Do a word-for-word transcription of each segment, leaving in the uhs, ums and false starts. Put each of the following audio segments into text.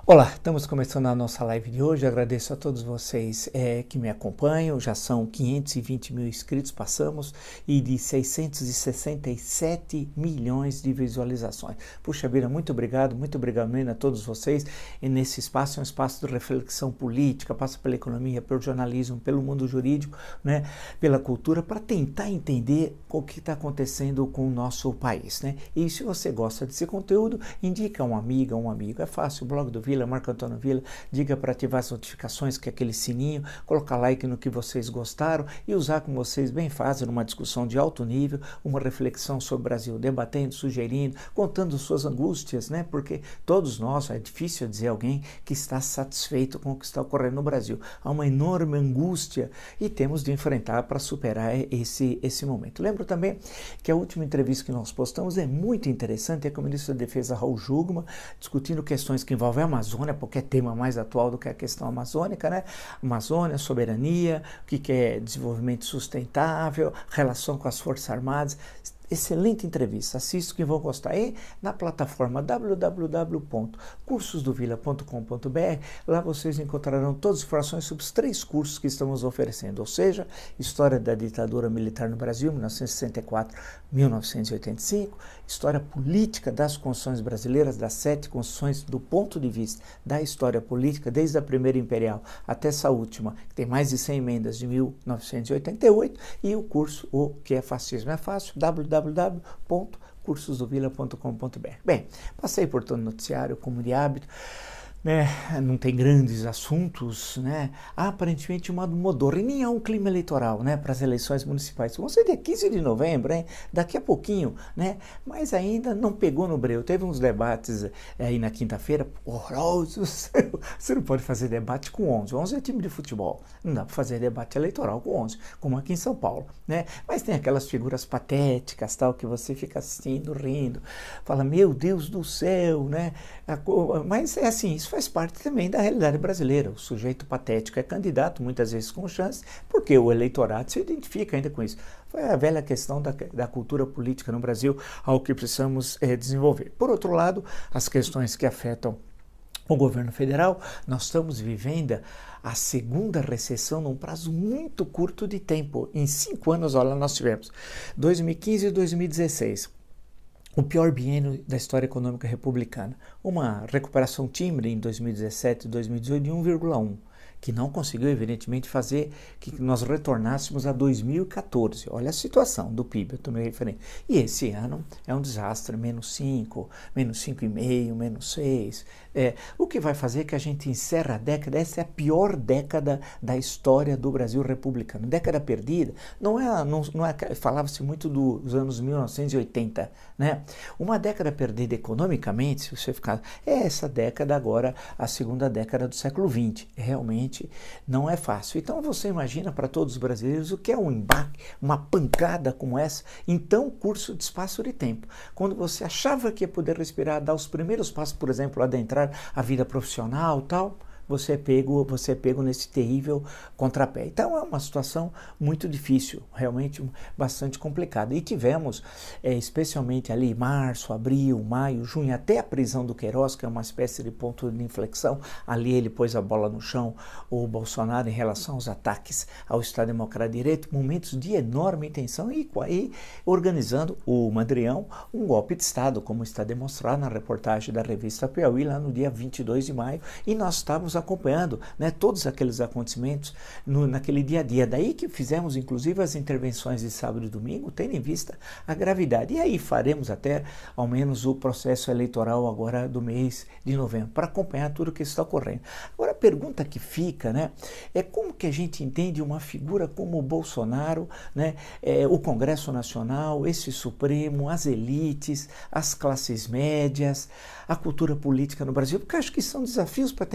Olá, estamos começando a nossa live de hoje. Agradeço a todos vocês é, que me acompanham. Já são quinhentos e vinte mil inscritos, passamos, e de seiscentos e sessenta e sete milhões de visualizações. Puxa vida, muito obrigado, muito obrigado mesmo a todos vocês. E nesse espaço é um espaço de reflexão política, passa pela economia, pelo jornalismo, pelo mundo jurídico, né, pela cultura, para tentar entender o que está acontecendo com o nosso país, né? E se você gosta desse conteúdo, indica a um amigo, um amigo. É fácil, o blog do Vila, Marco Antônio Vila, diga para ativar as notificações, que é aquele sininho, colocar like no que vocês gostaram e usar com vocês bem fácil numa discussão de alto nível, uma reflexão sobre o Brasil, debatendo, sugerindo, contando suas angústias, né? Porque todos nós, é difícil dizer alguém que está satisfeito com o que está ocorrendo no Brasil. Há uma enorme angústia e temos de enfrentar para superar esse, esse momento. Lembro também que a última entrevista que nós postamos é muito interessante, é com o ministro da Defesa, Raul Jungmann, discutindo questões que envolvem a Amazônia, porque é tema mais atual do que a questão amazônica, né? Amazônia, soberania, o que é desenvolvimento sustentável, relação com as Forças Armadas. Excelente entrevista, assista que vão gostar. Aí na plataforma w w w ponto cursos do vila ponto com ponto b r, lá vocês encontrarão todas as informações sobre os três cursos que estamos oferecendo, ou seja, História da Ditadura Militar no Brasil, mil novecentos e sessenta e quatro a mil novecentos e oitenta e cinco, História Política das Constituições Brasileiras, das sete Constituições, do ponto de vista da história política, desde a primeira imperial até essa última, que tem mais de cem emendas, de mil novecentos e oitenta e oito, e o curso O que é Fascismo é Fácil, w w w ponto cursos do vila ponto com ponto b r. Bem, passei por todo o noticiário, como de hábito, né? Não tem grandes assuntos, né? Há aparentemente uma modorra, e nem há um clima eleitoral, né, para as eleições municipais. Vão ser dia quinze de novembro, hein? Daqui a pouquinho, né? Mas ainda não pegou no breu. Teve uns debates aí na quinta-feira horrorosos. Você não pode fazer debate com onze. onze é time de futebol. Não dá para fazer debate eleitoral com onze, como aqui em São Paulo, né? Mas tem aquelas figuras patéticas, tal, que você fica assistindo, rindo, fala, meu Deus do céu, né? Mas é assim, isso faz parte também da realidade brasileira. O sujeito patético é candidato, muitas vezes com chance, porque o eleitorado se identifica ainda com isso. Foi a velha questão da, da cultura política no Brasil, ao que precisamos é, desenvolver. Por outro lado, as questões que afetam o governo federal, nós estamos vivendo a segunda recessão num prazo muito curto de tempo. Em cinco anos, olha, nós tivemos dois mil e quinze e dois mil e dezesseis. O pior biênio da história econômica republicana. Uma recuperação tímida em dois mil e dezessete e dois mil e dezoito de um vírgula um, que não conseguiu, evidentemente, fazer que nós retornássemos a dois mil e quatorze. Olha a situação do P I B, eu estou me referindo. E esse ano é um desastre, menos cinco, menos cinco vírgula cinco, menos seis. É, o que vai fazer que a gente encerra a década, essa é a pior década da história do Brasil republicano. Década perdida, não é, não, não é falava-se muito dos anos mil novecentos e oitenta, né? Uma década perdida economicamente, se você ficar, é essa década agora, a segunda década do século vinte. Realmente não é fácil. Então você imagina para todos os brasileiros o que é um embaque, uma pancada como essa, em tão curto de espaço de tempo. Quando você achava que ia poder respirar, dar os primeiros passos, por exemplo, adentrar a vida profissional e tal, você é pego, você é pego nesse terrível contrapé. Então é uma situação muito difícil, realmente bastante complicada. E tivemos, é, especialmente ali em março, abril, maio, junho, até a prisão do Queiroz, que é uma espécie de ponto de inflexão, ali ele pôs a bola no chão, o Bolsonaro, em relação aos ataques ao Estado Democrático de Direito, momentos de enorme tensão e, e organizando o Mandrião um golpe de Estado, como está demonstrado na reportagem da revista Piauí, lá no dia vinte e dois de maio, e nós estávamos acompanhando, né, todos aqueles acontecimentos no, naquele dia a dia. Daí que fizemos, inclusive, as intervenções de sábado e domingo, tendo em vista a gravidade. E aí faremos até, ao menos, o processo eleitoral agora do mês de novembro, para acompanhar tudo o que está ocorrendo. Agora, a pergunta que fica, né, é como que a gente entende uma figura como o Bolsonaro, né, é, o Congresso Nacional, esse Supremo, as elites, as classes médias, a cultura política no Brasil, porque acho que são desafios para tentar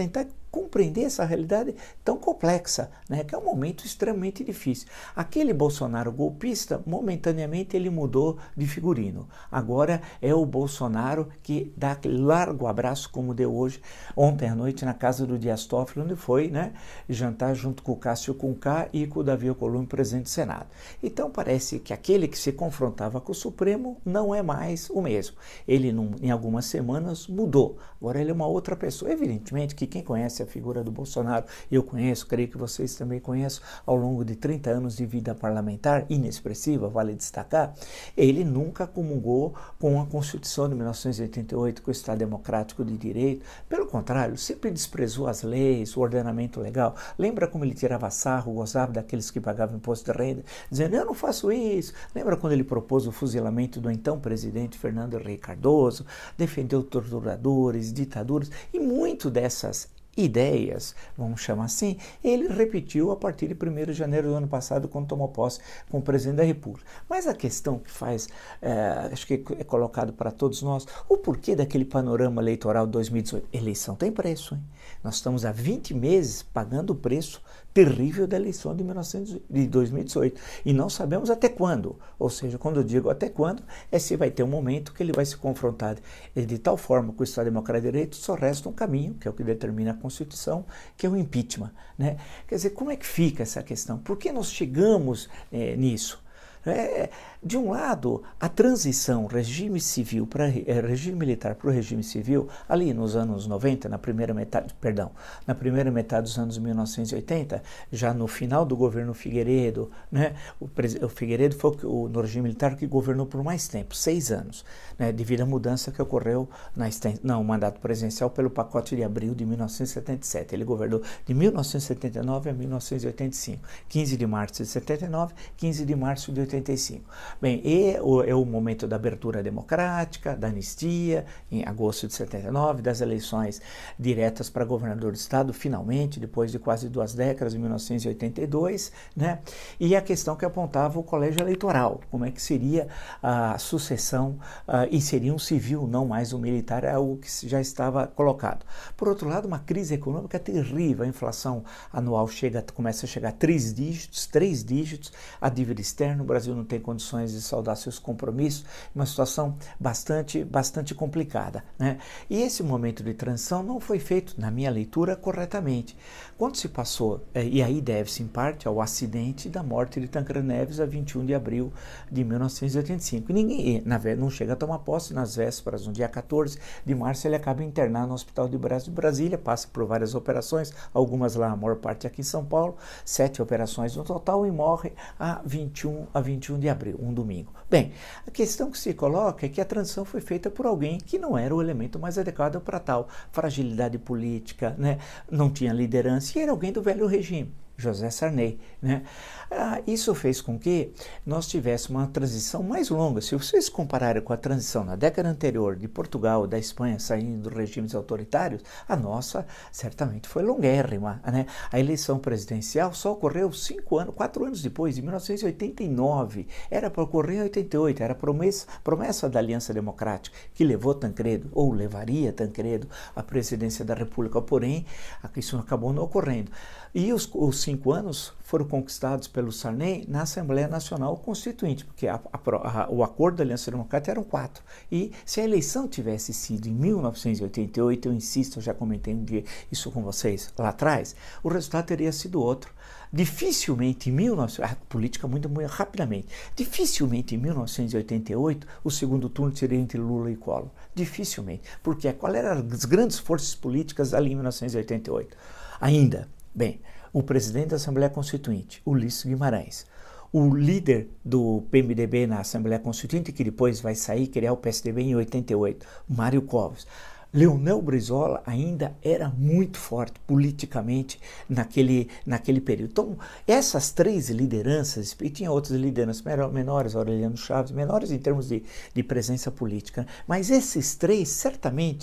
compreender essa realidade tão complexa, né, que é um momento extremamente difícil. Aquele Bolsonaro golpista, momentaneamente ele mudou de figurino. Agora é o Bolsonaro que dá aquele largo abraço, como deu hoje, ontem à noite, na casa do Dias Toffoli, onde foi, né, jantar junto com o Cássio Cuncar e com o Davi Alcolumbre, presidente do Senado. Então parece que aquele que se confrontava com o Supremo não é mais o mesmo. Ele, num, em algumas semanas, mudou. Agora ele é uma outra pessoa. Evidentemente que quem conhece a figura do Bolsonaro, eu conheço, creio que vocês também conhecem, ao longo de trinta anos de vida parlamentar, inexpressiva, vale destacar, ele nunca comungou com a Constituição de mil novecentos e oitenta e oito, com o Estado Democrático de Direito. Pelo contrário, sempre desprezou as leis, o ordenamento legal. Lembra como ele tirava sarro, gozava daqueles que pagavam imposto de renda, dizendo, eu não faço isso. Lembra quando ele propôs o fuzilamento do então presidente Fernando Henrique Cardoso, defendeu torturadores, ditadores, e muito dessas ideias, vamos chamar assim, ele repetiu a partir de primeiro de janeiro do ano passado, quando tomou posse como presidente da República. Mas a questão que faz, é, acho que é colocado para todos nós, o porquê daquele panorama eleitoral de dois mil e dezoito? Eleição tem preço, hein? Nós estamos há vinte meses pagando o preço terrível da eleição de, mil e novecentos, de dois mil e dezoito e não sabemos até quando. Ou seja, quando eu digo até quando, é se vai ter um momento que ele vai se confrontar de, de tal forma com o Estado Democrático de Direito, só resta um caminho, que é o que determina a Constituição, que é o impeachment, né? Quer dizer, como é que fica essa questão? Por que nós chegamos é, nisso? É, de um lado, a transição regime civil para é, regime militar para o regime civil, ali nos anos noventa, na primeira metade, perdão, na primeira metade dos anos mil novecentos e oitenta, já no final do governo Figueiredo, né, o, o Figueiredo foi o, no regime militar que governou por mais tempo, seis anos, né, devido à mudança que ocorreu na não, mandato presidencial pelo pacote de abril de mil novecentos e setenta e sete. Ele governou de mil novecentos e setenta e nove a mil novecentos e oitenta e cinco, quinze de março de setenta e nove, quinze de março de oitenta e cinco. Bem, e o, é o momento da abertura democrática, da anistia, em agosto de setenta e nove, das eleições diretas para governador do estado, finalmente, depois de quase duas décadas, em mil novecentos e oitenta e dois, né? E a questão que apontava o colégio eleitoral, como é que seria a sucessão, uh, e seria um civil, não mais um militar, é algo que já estava colocado. Por outro lado, uma crise econômica terrível, a inflação anual chega, começa a chegar a três dígitos, três dígitos, a dívida externa, o Brasil não tem condições de saldar seus compromissos, uma situação bastante, bastante complicada, né? E esse momento de transição não foi feito, na minha leitura, corretamente. Quando se passou, e aí deve-se em parte ao acidente da morte de Tancredo Neves a vinte e um de abril de mil novecentos e oitenta e cinco. E ninguém, na verdade, não chega a tomar posse nas vésperas, no dia quatorze de março, ele acaba internado no Hospital de Brasília, passa por várias operações, algumas lá, a maior parte aqui em São Paulo, sete operações no total, e morre a vinte e um, a vinte e um de abril, um domingo. Bem, a questão que se coloca é que a transição foi feita por alguém que não era o elemento mais adequado para tal fragilidade política, né? Não tinha liderança e era alguém do velho regime, José Sarney, né? Ah, isso fez com que nós tivéssemos uma transição mais longa. Se vocês compararem com a transição na década anterior de Portugal, da Espanha, saindo dos regimes autoritários, a nossa certamente foi longuérrima, né? A eleição presidencial só ocorreu cinco anos, quatro anos depois, em mil novecentos e oitenta e nove. Era para ocorrer em oitenta e oito, era promessa, promessa da Aliança Democrática, que levou Tancredo, ou levaria Tancredo, à presidência da República, porém, isso acabou não ocorrendo. E os, os cinco anos foram conquistados pelo Sarney na Assembleia Nacional Constituinte, porque a, a, a, o acordo da Aliança Democrática eram quatro. E se a eleição tivesse sido em mil novecentos e oitenta e oito, eu insisto, eu já comentei um dia isso com vocês lá atrás, o resultado teria sido outro. Dificilmente em mil e novecentos, a política muito, muito rapidamente, dificilmente em mil novecentos e oitenta e oito o segundo turno seria entre Lula e Collor. Dificilmente. Porque qual eram as grandes forças políticas ali em mil novecentos e oitenta e oito? Ainda, bem, o presidente da Assembleia Constituinte, Ulisses Guimarães, o líder do P M D B na Assembleia Constituinte, que depois vai sair, criar o P S D B em oitenta e oito, Mário Covas. Leonel Brizola ainda era muito forte politicamente naquele, naquele período. Então, essas três lideranças, e tinha outras lideranças menores, Aureliano Chaves, menores em termos de, de presença política, mas esses três certamente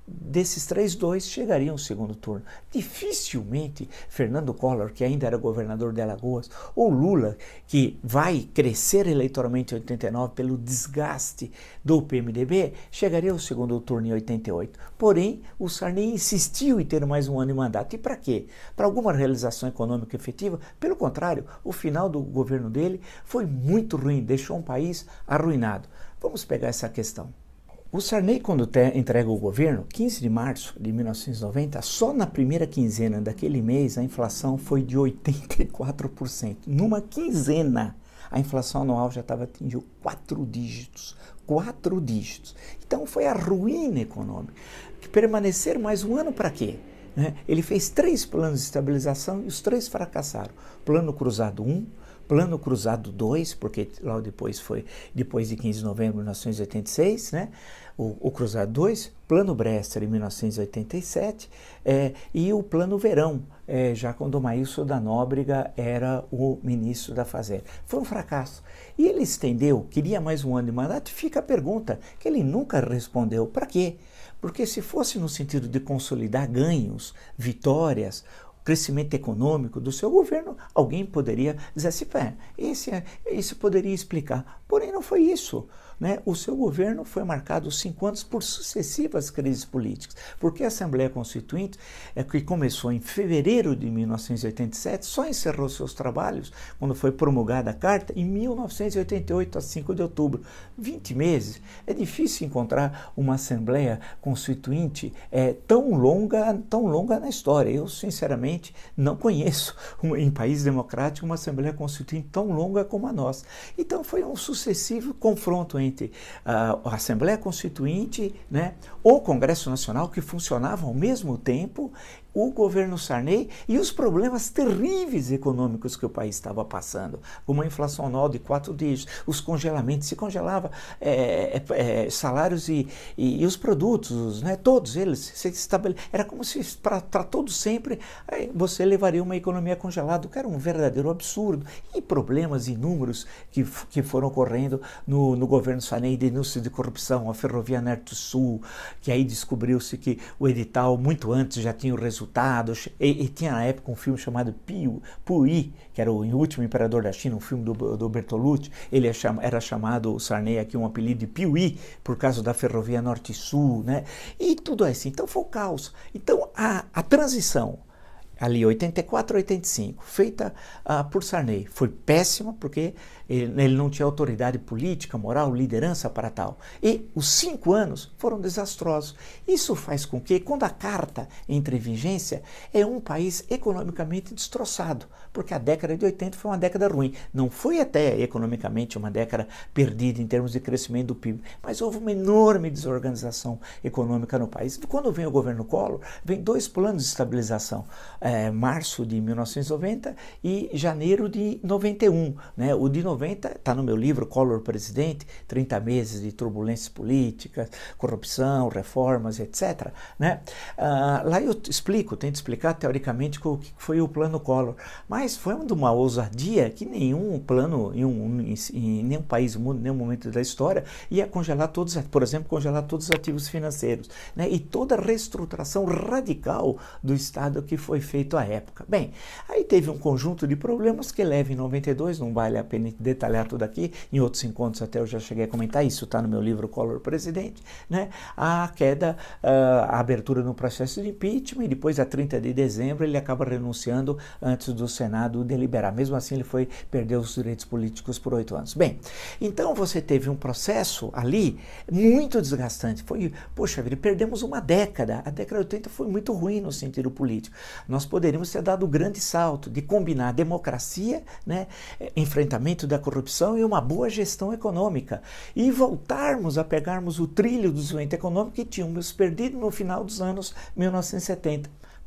desses três, dois chegariam ao segundo turno. Dificilmente Fernando Collor, que ainda era governador de Alagoas, ou Lula, que vai crescer eleitoralmente em oitenta e nove pelo desgaste do P M D B, chegaria ao segundo turno em oitenta e oito. Porém, o Sarney insistiu em ter mais um ano de mandato. E para quê? Para alguma realização econômica efetiva? Pelo contrário, o final do governo dele foi muito ruim, deixou um país arruinado. Vamos pegar essa questão. O Sarney, quando te, entrega o governo, quinze de março de mil novecentos e noventa, só na primeira quinzena daquele mês a inflação foi de oitenta e quatro por cento. Numa quinzena, a inflação anual já estava atingindo quatro dígitos. Quatro dígitos. Então foi a ruína econômica. Permanecer mais um ano para quê? Né? Ele fez três planos de estabilização e os três fracassaram. Plano Cruzado um, Plano Cruzado dois, porque logo depois foi, depois de quinze de novembro de mil novecentos e oitenta e seis, né? o, o Cruzado dois, Plano Bresser em mil novecentos e oitenta e sete é, e o Plano Verão, é, já quando o Maílson da Nóbrega era o ministro da Fazenda. Foi um fracasso. E ele estendeu, queria mais um ano de mandato, e fica a pergunta, que ele nunca respondeu, para quê? Porque se fosse no sentido de consolidar ganhos, vitórias, crescimento econômico do seu governo, alguém poderia dizer assim, esse, esse poderia explicar. Porém, não foi isso. Né? O seu governo foi marcado cinco anos por sucessivas crises políticas, porque a Assembleia Constituinte, é, que começou em fevereiro de mil novecentos e oitenta e sete, só encerrou seus trabalhos quando foi promulgada a Carta em mil novecentos e oitenta e oito, a cinco de outubro. vinte meses. É difícil encontrar uma Assembleia Constituinte é, tão longa, tão longa na história. Eu, sinceramente, não conheço uma, em país democrático uma Assembleia Constituinte tão longa como a nossa. Então foi um sucessivo confronto entre entre uh, a Assembleia Constituinte, né, o Congresso Nacional, que funcionavam ao mesmo tempo, o governo Sarney e os problemas terríveis econômicos que o país estava passando, uma inflação anual de quatro dígitos, os congelamentos, se congelava é, é, salários e, e, e os produtos, né, todos eles, se estabele... era como se para todos sempre você levaria uma economia congelada, que era um verdadeiro absurdo, e problemas inúmeros que, que foram ocorrendo no, no governo Sarney, denúncias de corrupção, a Ferrovia Norte-Sul, que aí descobriu-se que o edital muito antes já tinha o resultado. Resultados, e, e tinha na época um filme chamado Piu, Puyi, que era o último imperador da China, um filme do, do Bertolucci. Ele é cham, era chamado, o Sarney aqui, um apelido de Piuí, por causa da Ferrovia Norte-Sul, né? E tudo assim. Então foi o caos. Então a, a transição ali, oitenta e quatro a oitenta e cinco, feita uh, por Sarney, foi péssima, porque ele, ele não tinha autoridade política, moral, liderança para tal. E os cinco anos foram desastrosos. Isso faz com que, quando a Carta entra em vigência, é um país economicamente destroçado, porque a década de oitenta foi uma década ruim. Não foi até economicamente uma década perdida em termos de crescimento do P I B, mas houve uma enorme desorganização econômica no país. Quando vem o governo Collor, vem dois planos de estabilização, é, março de mil novecentos e noventa e janeiro de noventa e um. Né? O de noventa está no meu livro Collor Presidente, trinta meses de turbulências políticas, corrupção, reformas, etcétera. Né? Ah, lá eu explico, tento explicar teoricamente o que foi o plano Collor, mas foi de uma ousadia que nenhum plano em, um, em, em nenhum país do mundo, em nenhum momento da história, ia congelar todos, por exemplo, congelar todos os ativos financeiros, né? E toda a reestruturação radical do Estado que foi feito à época. Bem, aí teve um conjunto de problemas que leva em noventa e dois, não vale a pena detalhar tudo aqui, em outros encontros até eu já cheguei a comentar, isso está no meu livro Collor Presidente, né? A queda, a abertura no processo de impeachment, e depois a trinta de dezembro ele acaba renunciando antes do Senado deliberar. Mesmo assim ele foi perder os direitos políticos por oito anos. Bem, então você teve um processo ali muito desgastante. Foi, poxa vida, perdemos uma década. A década de oitenta foi muito ruim no sentido político. Nós poderíamos ter dado o grande salto de combinar democracia, né, enfrentamento da corrupção e uma boa gestão econômica, e voltarmos a pegarmos o trilho do desenvolvimento econômico que tínhamos perdido no final dos anos mil novecentos e setenta.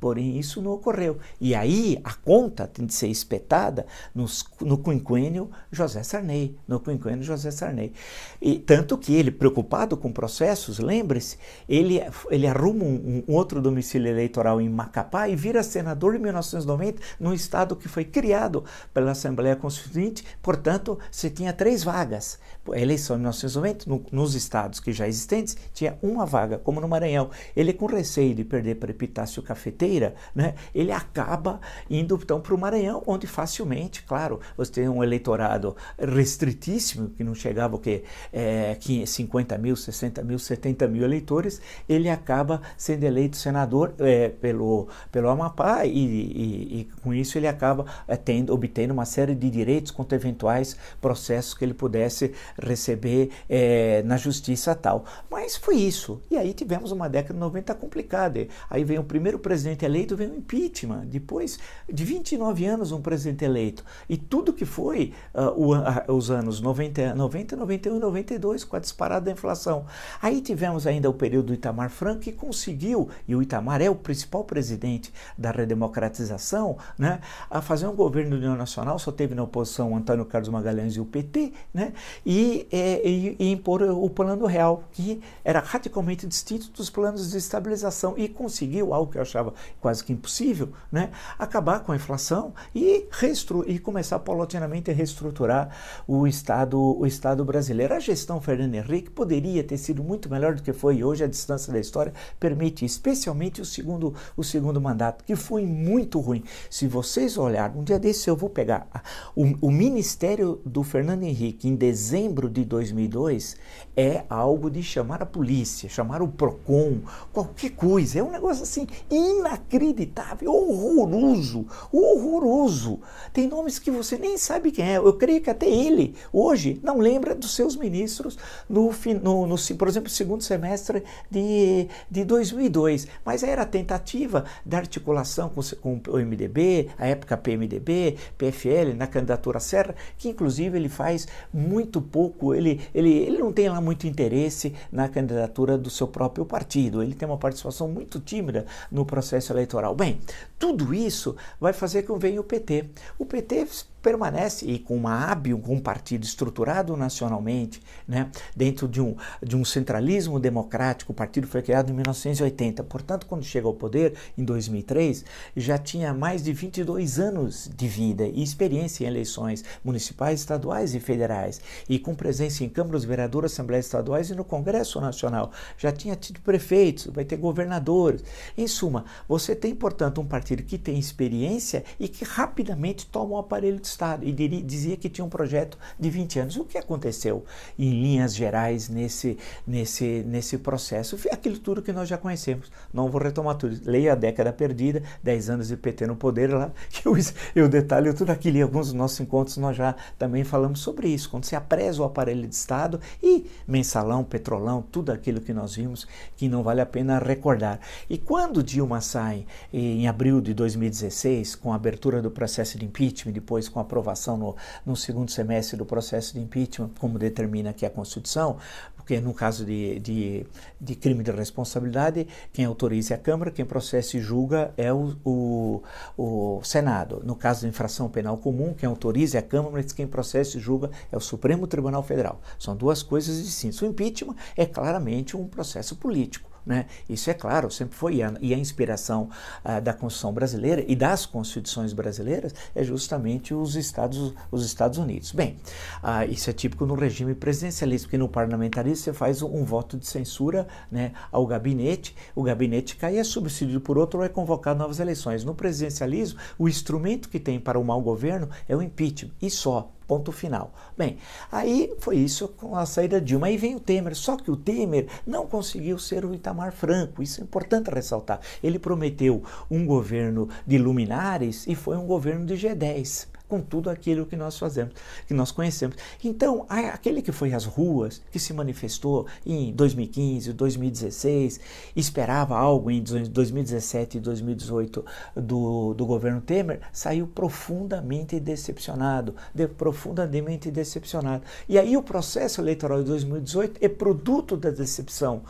porém isso não ocorreu. E aí a conta tem de ser espetada nos, no quinquênio José Sarney, no quinquênio José Sarney. E, tanto que ele, preocupado com processos, lembre-se, ele, ele arruma um, um outro domicílio eleitoral em Macapá e vira senador em mil novecentos e noventa, num estado que foi criado pela Assembleia Constituinte, portanto, você tinha três vagas. A eleição de mil novecentos e noventa, no, nos estados que já existentes, tinha uma vaga, como no Maranhão. Ele, com receio de perder para Epitácio Cafeteira, né, ele acaba indo então para o Maranhão, onde facilmente, claro, você tem um eleitorado restritíssimo, que não chegava o quê? É, cinquenta mil, sessenta mil, setenta mil eleitores, ele acaba sendo eleito senador é, pelo, pelo Amapá e, e, e com isso ele acaba é, tendo, obtendo uma série de direitos contra eventuais processos que ele pudesse receber é, na justiça tal. Mas foi isso. E aí tivemos uma década de noventa complicada. Aí vem o primeiro presidente eleito, vem o impeachment. Depois de vinte e nove anos, um presidente eleito. E tudo que foi uh, o, uh, os anos noventa, noventa, noventa e um e noventa e dois, com a disparada da inflação. Aí tivemos ainda o período do Itamar Franco, que conseguiu, e o Itamar é o principal presidente da redemocratização, né, a fazer um governo de união nacional, só teve na oposição o Antônio Carlos Magalhães e o P T, né, e, é, e, e impor o Plano Real, que era radicalmente distinto dos planos de estabilização, e conseguiu, algo que eu achava quase que impossível, né, acabar com a inflação e, e começar paulatinamente a reestruturar o Estado, o Estado brasileiro. A gestão Fernando Henrique poderia ter sido muito melhor do que foi, e hoje a distância da história permite, especialmente o segundo, o segundo mandato, que foi muito ruim. Se vocês olharem, um dia desse eu vou pegar o, o Ministério do Fernando Henrique em dezembro de dois mil e dois, é algo de chamar a polícia, chamar o PROCON, qualquer coisa, é um negócio assim inacreditável, horroroso, horroroso. Tem nomes que você nem sabe quem é. Eu creio que até ele, hoje, não lembra dos seus ministros, no, no, no, por exemplo, segundo semestre de, de dois mil e dois. Mas era a tentativa da articulação com, com o M D B, a época P M D B, P F L, na candidatura Serra, que inclusive ele faz muito pouco, ele, ele, ele não tem lá muito interesse na candidatura do seu próprio partido, ele tem uma participação muito tímida no processo eleitoral. Bem, tudo isso vai fazer com que venha o P T. O P T permanece, e com uma hábil, com um partido estruturado nacionalmente, né, dentro de um, de um centralismo democrático. O partido foi criado em mil novecentos e oitenta, portanto, quando chega ao poder, em dois mil e três, já tinha mais de vinte e dois anos de vida e experiência em eleições municipais, estaduais e federais, e com presença em câmaras, vereadores, assembleias estaduais e no Congresso Nacional. Já tinha tido prefeitos, vai ter governadores. Em suma, você tem, portanto, um partido que tem experiência e que rapidamente toma o aparelho de Estado, e dizia que tinha um projeto de vinte anos. O que aconteceu em linhas gerais nesse, nesse, nesse processo? Aquilo tudo que nós já conhecemos. Não vou retomar tudo. Leia A Década Perdida, dez anos de P T no poder, lá, que eu, eu detalho tudo aquilo. Em alguns dos nossos encontros nós já também falamos sobre isso. Quando se apresa o aparelho de Estado e mensalão, petrolão, tudo aquilo que nós vimos, que não vale a pena recordar. E quando Dilma sai, em abril de dois mil e dezesseis, com a abertura do processo de impeachment, depois com a aprovação no, no segundo semestre do processo de impeachment, como determina aqui a Constituição, porque no caso de, de, de crime de responsabilidade, quem autoriza é a Câmara, quem processa e julga é o, o, o Senado. No caso de infração penal comum, quem autoriza é a Câmara, mas quem processa e julga é o Supremo Tribunal Federal. São duas coisas distintas. O impeachment é claramente um processo político, né? Isso é claro, sempre foi, e a inspiração uh, da Constituição brasileira e das constituições brasileiras é justamente os Estados, os Estados Unidos. Bem, uh, isso é típico no regime presidencialista, porque no parlamentarismo você faz um, um voto de censura, né, ao gabinete, o gabinete cai, é substituído por outro ou é convocado novas eleições. No presidencialismo, o instrumento que tem para o mau governo é o impeachment, e só. Ponto final. Bem, aí foi isso com a saída de Dilma. Aí vem o Temer, só que o Temer não conseguiu ser o Itamar Franco, isso é importante ressaltar. Ele prometeu um governo de luminares e foi um governo de G dez. Com tudo aquilo que nós fazemos, que nós conhecemos. Então, aquele que foi às ruas, que se manifestou em dois mil e quinze, dois mil e dezesseis, esperava algo em dois mil e dezessete e dois mil e dezoito do, do governo Temer, saiu profundamente decepcionado, de, profundamente decepcionado. E aí o processo eleitoral de dois mil e dezoito é produto da decepção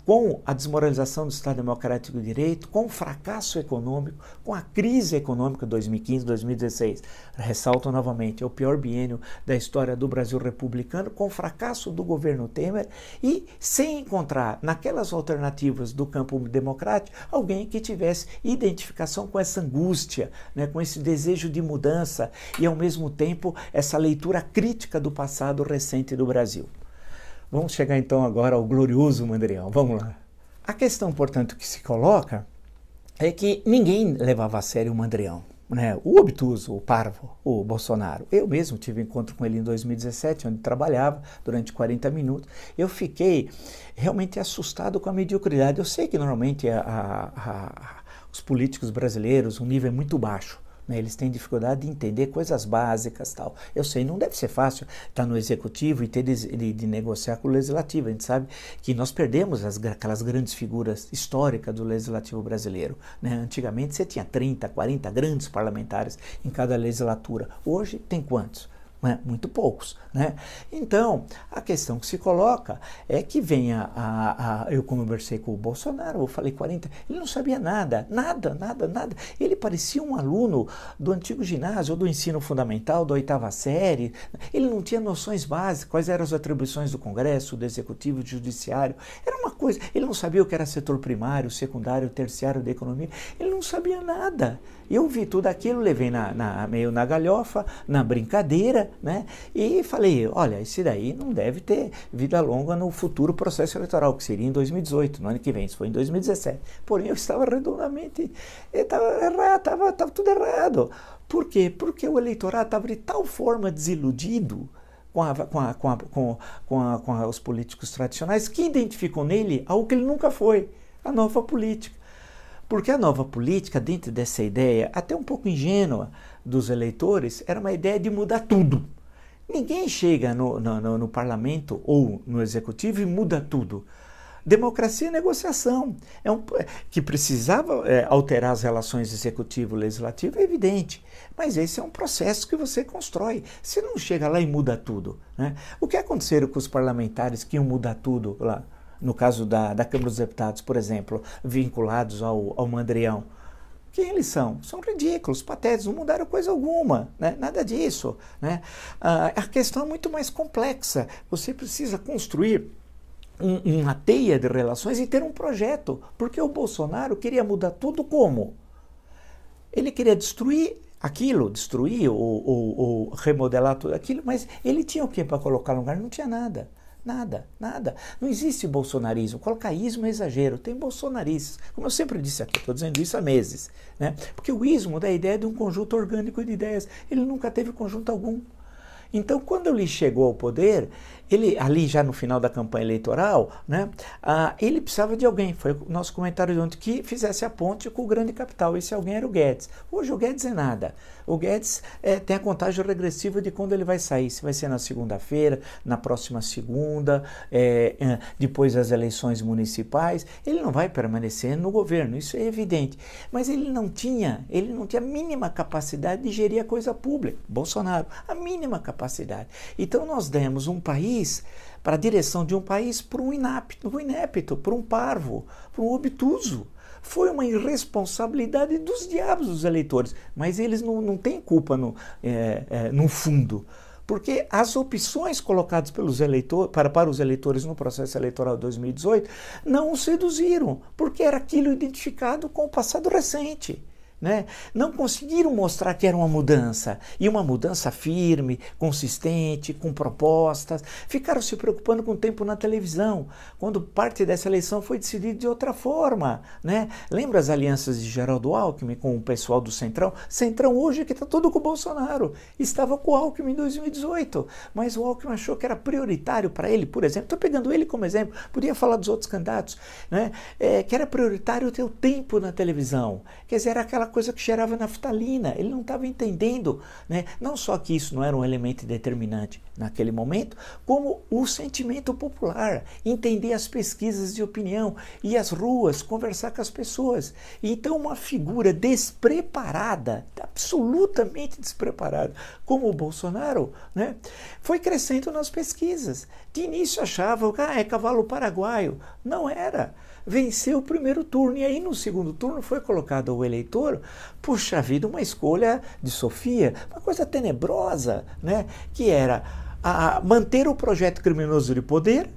com a desmoralização do Estado Democrático de Direito, com o fracasso econômico, com a crise econômica de dois mil e quinze, dois mil e dezesseis. Ressalto novamente, é o pior biênio da história do Brasil republicano, com o fracasso do governo Temer e sem encontrar naquelas alternativas do campo democrático alguém que tivesse identificação com essa angústia, né, com esse desejo de mudança e ao mesmo tempo essa leitura crítica do passado recente do Brasil. Vamos chegar então agora ao glorioso Mandrião, vamos lá. A questão, portanto, que se coloca é que ninguém levava a sério o Mandrião, né? O obtuso, o parvo, o Bolsonaro. Eu mesmo tive encontro com ele em dois mil e dezessete, onde trabalhava durante quarenta minutos. Eu fiquei realmente assustado com a mediocridade. Eu sei que normalmente a, a, a, os políticos brasileiros, o nível é muito baixo. Eles têm dificuldade de entender coisas básicas, tal. Eu sei, não deve ser fácil estar no executivo e ter de, de, de negociar com o legislativo. A gente sabe que nós perdemos as, aquelas grandes figuras históricas do legislativo brasileiro, né? Antigamente você tinha trinta, quarenta grandes parlamentares em cada legislatura. Hoje tem quantos? Né? Muito poucos, né? Então, a questão que se coloca é que venha a, a... Eu conversei com o Bolsonaro, eu falei quarenta, ele não sabia nada, nada, nada, nada. Ele parecia um aluno do antigo ginásio, ou do ensino fundamental, da oitava série. Ele não tinha noções básicas, quais eram as atribuições do Congresso, do Executivo, do Judiciário. Era uma coisa, ele não sabia o que era setor primário, secundário, terciário da economia. Ele não sabia nada. Eu vi tudo aquilo, levei na, na, meio na galhofa, na brincadeira, né? E falei, olha, esse daí não deve ter vida longa no futuro processo eleitoral, que seria em dois mil e dezoito, no ano que vem, isso foi em dois mil e dezessete. Porém, eu estava redondamente, estava errado, estava, estava tudo errado. Por quê? Porque o eleitorado estava de tal forma desiludido com, a, com, a, com, a, com, com, a, com a, os políticos tradicionais que identificam nele algo que ele nunca foi, a nova política. Porque a nova política, dentro dessa ideia, até um pouco ingênua dos eleitores, era uma ideia de mudar tudo. Ninguém chega no, no, no parlamento ou no executivo e muda tudo. Democracia é negociação. É um, que precisava é, alterar as relações executivo-legislativo, é evidente. Mas esse é um processo que você constrói. Você não chega lá e muda tudo, né? O que aconteceu com os parlamentares que iam mudar tudo lá? No caso da, da Câmara dos Deputados, por exemplo, vinculados ao, ao Mandrião. Quem eles são? São ridículos, patéticos, não mudaram coisa alguma, né? Nada disso, né? Ah, a questão é muito mais complexa. Você precisa construir um, uma teia de relações e ter um projeto, porque o Bolsonaro queria mudar tudo como? Ele queria destruir aquilo, destruir ou, ou, ou remodelar tudo aquilo, mas ele tinha o que para colocar no lugar? Não tinha nada. Nada, nada. Não existe bolsonarismo. Colocar ismo é exagero. Tem bolsonaristas. Como eu sempre disse aqui, estou dizendo isso há meses, né? Porque o ismo dá a ideia de um conjunto orgânico de ideias. Ele nunca teve conjunto algum. Então, quando ele chegou ao poder, ele, ali já no final da campanha eleitoral, né, ah, ele precisava de alguém, foi o nosso comentário de ontem, que fizesse a ponte com o grande capital. Esse alguém era o Guedes. Hoje o Guedes é nada. O Guedes é, tem a contagem regressiva de quando ele vai sair. Se vai ser na segunda-feira, na próxima segunda, é, é, depois das eleições municipais. Ele não vai permanecer no governo, isso é evidente. Mas ele não tinha, ele não tinha a mínima capacidade de gerir a coisa pública. Bolsonaro, a mínima capacidade. Então nós demos um país para a direção de um país por um inapto, um inepto, por um parvo, por um obtuso. Foi uma irresponsabilidade dos diabos dos eleitores, mas eles não, não têm culpa no, é, é, no fundo, porque as opções colocadas pelos eleitores, para, para os eleitores no processo eleitoral de dois mil e dezoito não os seduziram, porque era aquilo identificado com o passado recente. Né? Não conseguiram mostrar que era uma mudança, e uma mudança firme, consistente, com propostas. Ficaram se preocupando com o tempo na televisão, quando parte dessa eleição foi decidida de outra forma. Né? Lembra as alianças de Geraldo Alckmin com o pessoal do Centrão? Centrão hoje que está todo com o Bolsonaro, estava com o Alckmin em dois mil e dezoito, mas o Alckmin achou que era prioritário para ele, por exemplo, estou pegando ele como exemplo, podia falar dos outros candidatos, né? É, que era prioritário ter o tempo na televisão, quer dizer, era aquela coisa que cheirava naftalina. Ele não estava entendendo, né? Não só que isso não era um elemento determinante naquele momento, como o sentimento popular, entender as pesquisas de opinião, ir às ruas, conversar com as pessoas. Então uma figura despreparada, absolutamente despreparado, como o Bolsonaro, né, foi crescendo nas pesquisas. De início achava que ah, é cavalo paraguaio. Não era. Venceu o primeiro turno. E aí no segundo turno foi colocado o eleitor, puxa vida, uma escolha de Sofia, uma coisa tenebrosa, né, que era a manter o projeto criminoso de poder,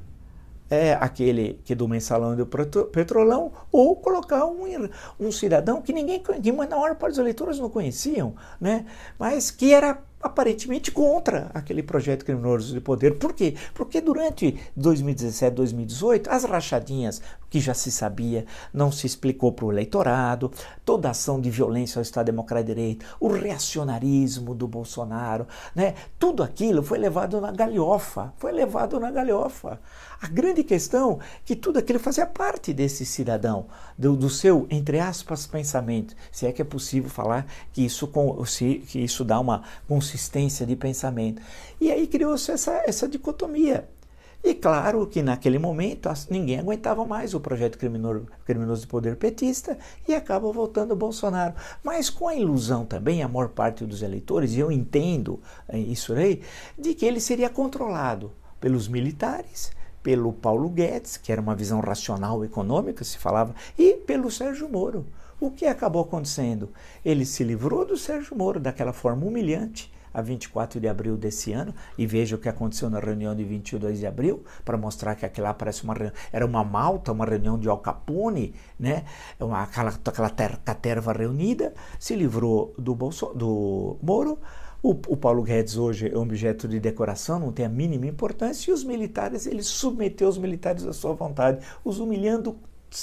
é aquele que do mensalão e do petrolão, ou colocar um, um cidadão que ninguém, que na maior parte dos eleitores não conheciam, né? Mas que era aparentemente contra aquele projeto criminoso de poder. Por quê? Porque durante dois mil e dezessete, dois mil e dezoito, as rachadinhas, que já se sabia, não se explicou para o eleitorado, toda a ação de violência ao Estado Democrático de Direito, o reacionarismo do Bolsonaro, né? Tudo aquilo foi levado na galhofa, foi levado na galhofa. A grande questão é que tudo aquilo fazia parte desse cidadão, do, do seu, entre aspas, pensamento, se é que é possível falar que isso, se, que isso dá uma consistência de pensamento. E aí criou-se essa, essa dicotomia. E claro que naquele momento ninguém aguentava mais o projeto criminoso, criminoso de poder petista e acaba voltando o Bolsonaro. Mas com a ilusão também, a maior parte dos eleitores, e eu entendo isso aí, de que ele seria controlado pelos militares, pelo Paulo Guedes, que era uma visão racional econômica, se falava, e pelo Sérgio Moro. O que acabou acontecendo? Ele se livrou do Sérgio Moro daquela forma humilhante, a vinte e quatro de abril desse ano, e veja o que aconteceu na reunião de vinte e dois de abril, para mostrar que aquilo lá parece uma era uma malta, uma reunião de Al Capone, né? uma, aquela, aquela ter, caterva reunida, se livrou do, Bolso, do Moro. O, o Paulo Guedes hoje é um objeto de decoração, não tem a mínima importância, e os militares, ele submeteu os militares à sua vontade, os humilhando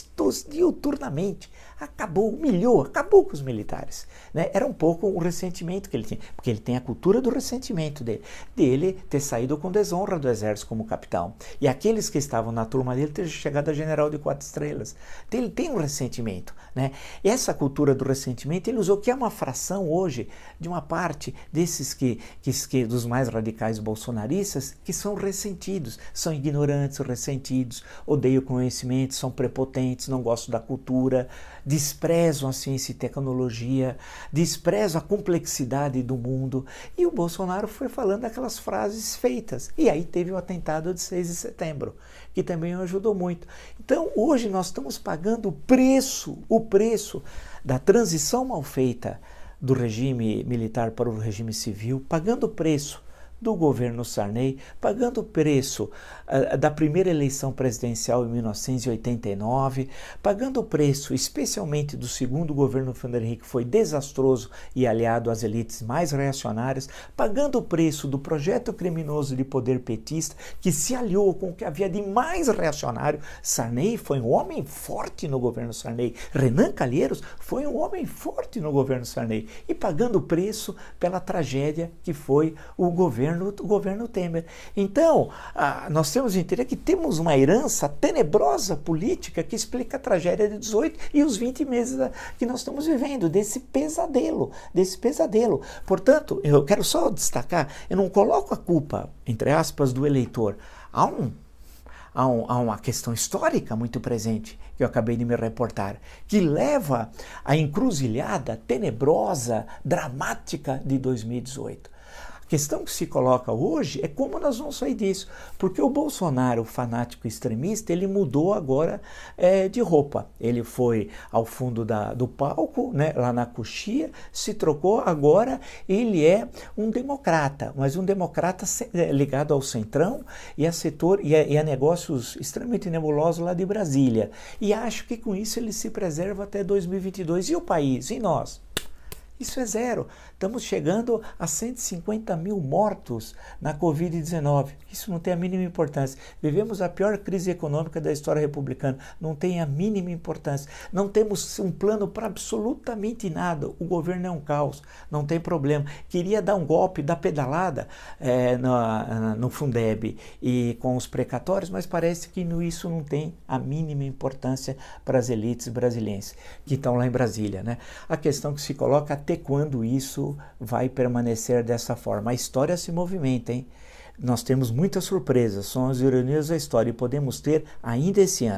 diuturnamente, acabou, humilhou, acabou com os militares, né? Era um pouco o ressentimento que ele tinha, porque ele tem a cultura do ressentimento dele, dele ter saído com desonra do exército como capitão, e aqueles que estavam na turma dele ter chegado a general de quatro estrelas, então, ele tem um ressentimento, né? E essa cultura do ressentimento ele usou, que é uma fração hoje de uma parte desses que, que, que dos mais radicais bolsonaristas, que são ressentidos, são ignorantes, ressentidos, odeiam o conhecimento, são prepotentes, não gostam da cultura, desprezam a ciência e tecnologia, desprezam a complexidade do mundo. E o Bolsonaro foi falando aquelas frases feitas. E aí teve o atentado de seis de setembro, que também ajudou muito. Então, hoje nós estamos pagando o preço, o preço da transição mal feita do regime militar para o regime civil, pagando o preço do governo Sarney, pagando o preço uh, da primeira eleição presidencial em mil novecentos e oitenta e nove, pagando o preço especialmente do segundo governo Fernando Henrique, que foi desastroso e aliado às elites mais reacionárias, pagando o preço do projeto criminoso de poder petista, que se aliou com o que havia de mais reacionário. Sarney foi um homem forte no governo Sarney, Renan Calheiros foi um homem forte no governo Sarney, e pagando o preço pela tragédia que foi o governo o governo Temer. Então, ah, nós temos que entender que temos uma herança tenebrosa política que explica a tragédia de dezoito e os vinte meses que nós estamos vivendo, desse pesadelo, desse pesadelo. Portanto, eu quero só destacar, eu não coloco a culpa, entre aspas, do eleitor. Há um Há, um, há uma questão histórica muito presente, que eu acabei de me reportar, que leva à encruzilhada tenebrosa, dramática de dois mil e dezoito. A questão que se coloca hoje é como nós vamos sair disso, porque o Bolsonaro, o fanático extremista, ele mudou agora é, de roupa. Ele foi ao fundo da, do palco, né, lá na coxia, se trocou, agora ele é um democrata, mas um democrata ligado ao centrão e a, setor, e a, e a negócios extremamente nebulosos lá de Brasília. E acho que com isso ele se preserva até dois mil e vinte e dois. E o país? E nós? Isso é zero. Estamos chegando a cento e cinquenta mil mortos na covid dezenove. Isso não tem a mínima importância. Vivemos a pior crise econômica da história republicana. Não tem a mínima importância. Não temos um plano para absolutamente nada. O governo é um caos. Não tem problema. Queria dar um golpe da pedalada é, no, no Fundeb e com os precatórios, mas parece que isso não tem a mínima importância para as elites brasileiras que estão lá em Brasília, né? A questão que se coloca: até quando isso vai permanecer dessa forma? A história se movimenta, hein? Nós temos muitas surpresas, são as ironias da história, e podemos ter ainda esse ano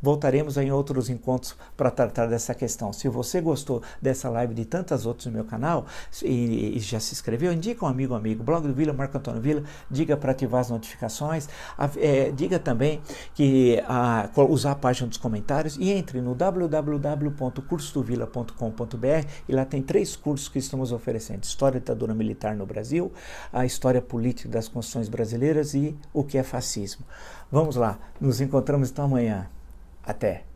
voltaremos em outros encontros para tratar dessa questão. Se você gostou dessa live de tantas outras no meu canal e, e já se inscreveu, indica um amigo, um amigo, blog do Vila, Marco Antônio Vila, diga para ativar as notificações, a, é, diga também que a, usar a página dos comentários e entre no w w w ponto curso do vila ponto com ponto b r e lá tem três cursos que estamos oferecendo: História da ditadura militar no Brasil, a História política das constituições brasileiras e o que é fascismo. Vamos lá, nos encontramos então amanhã. Até!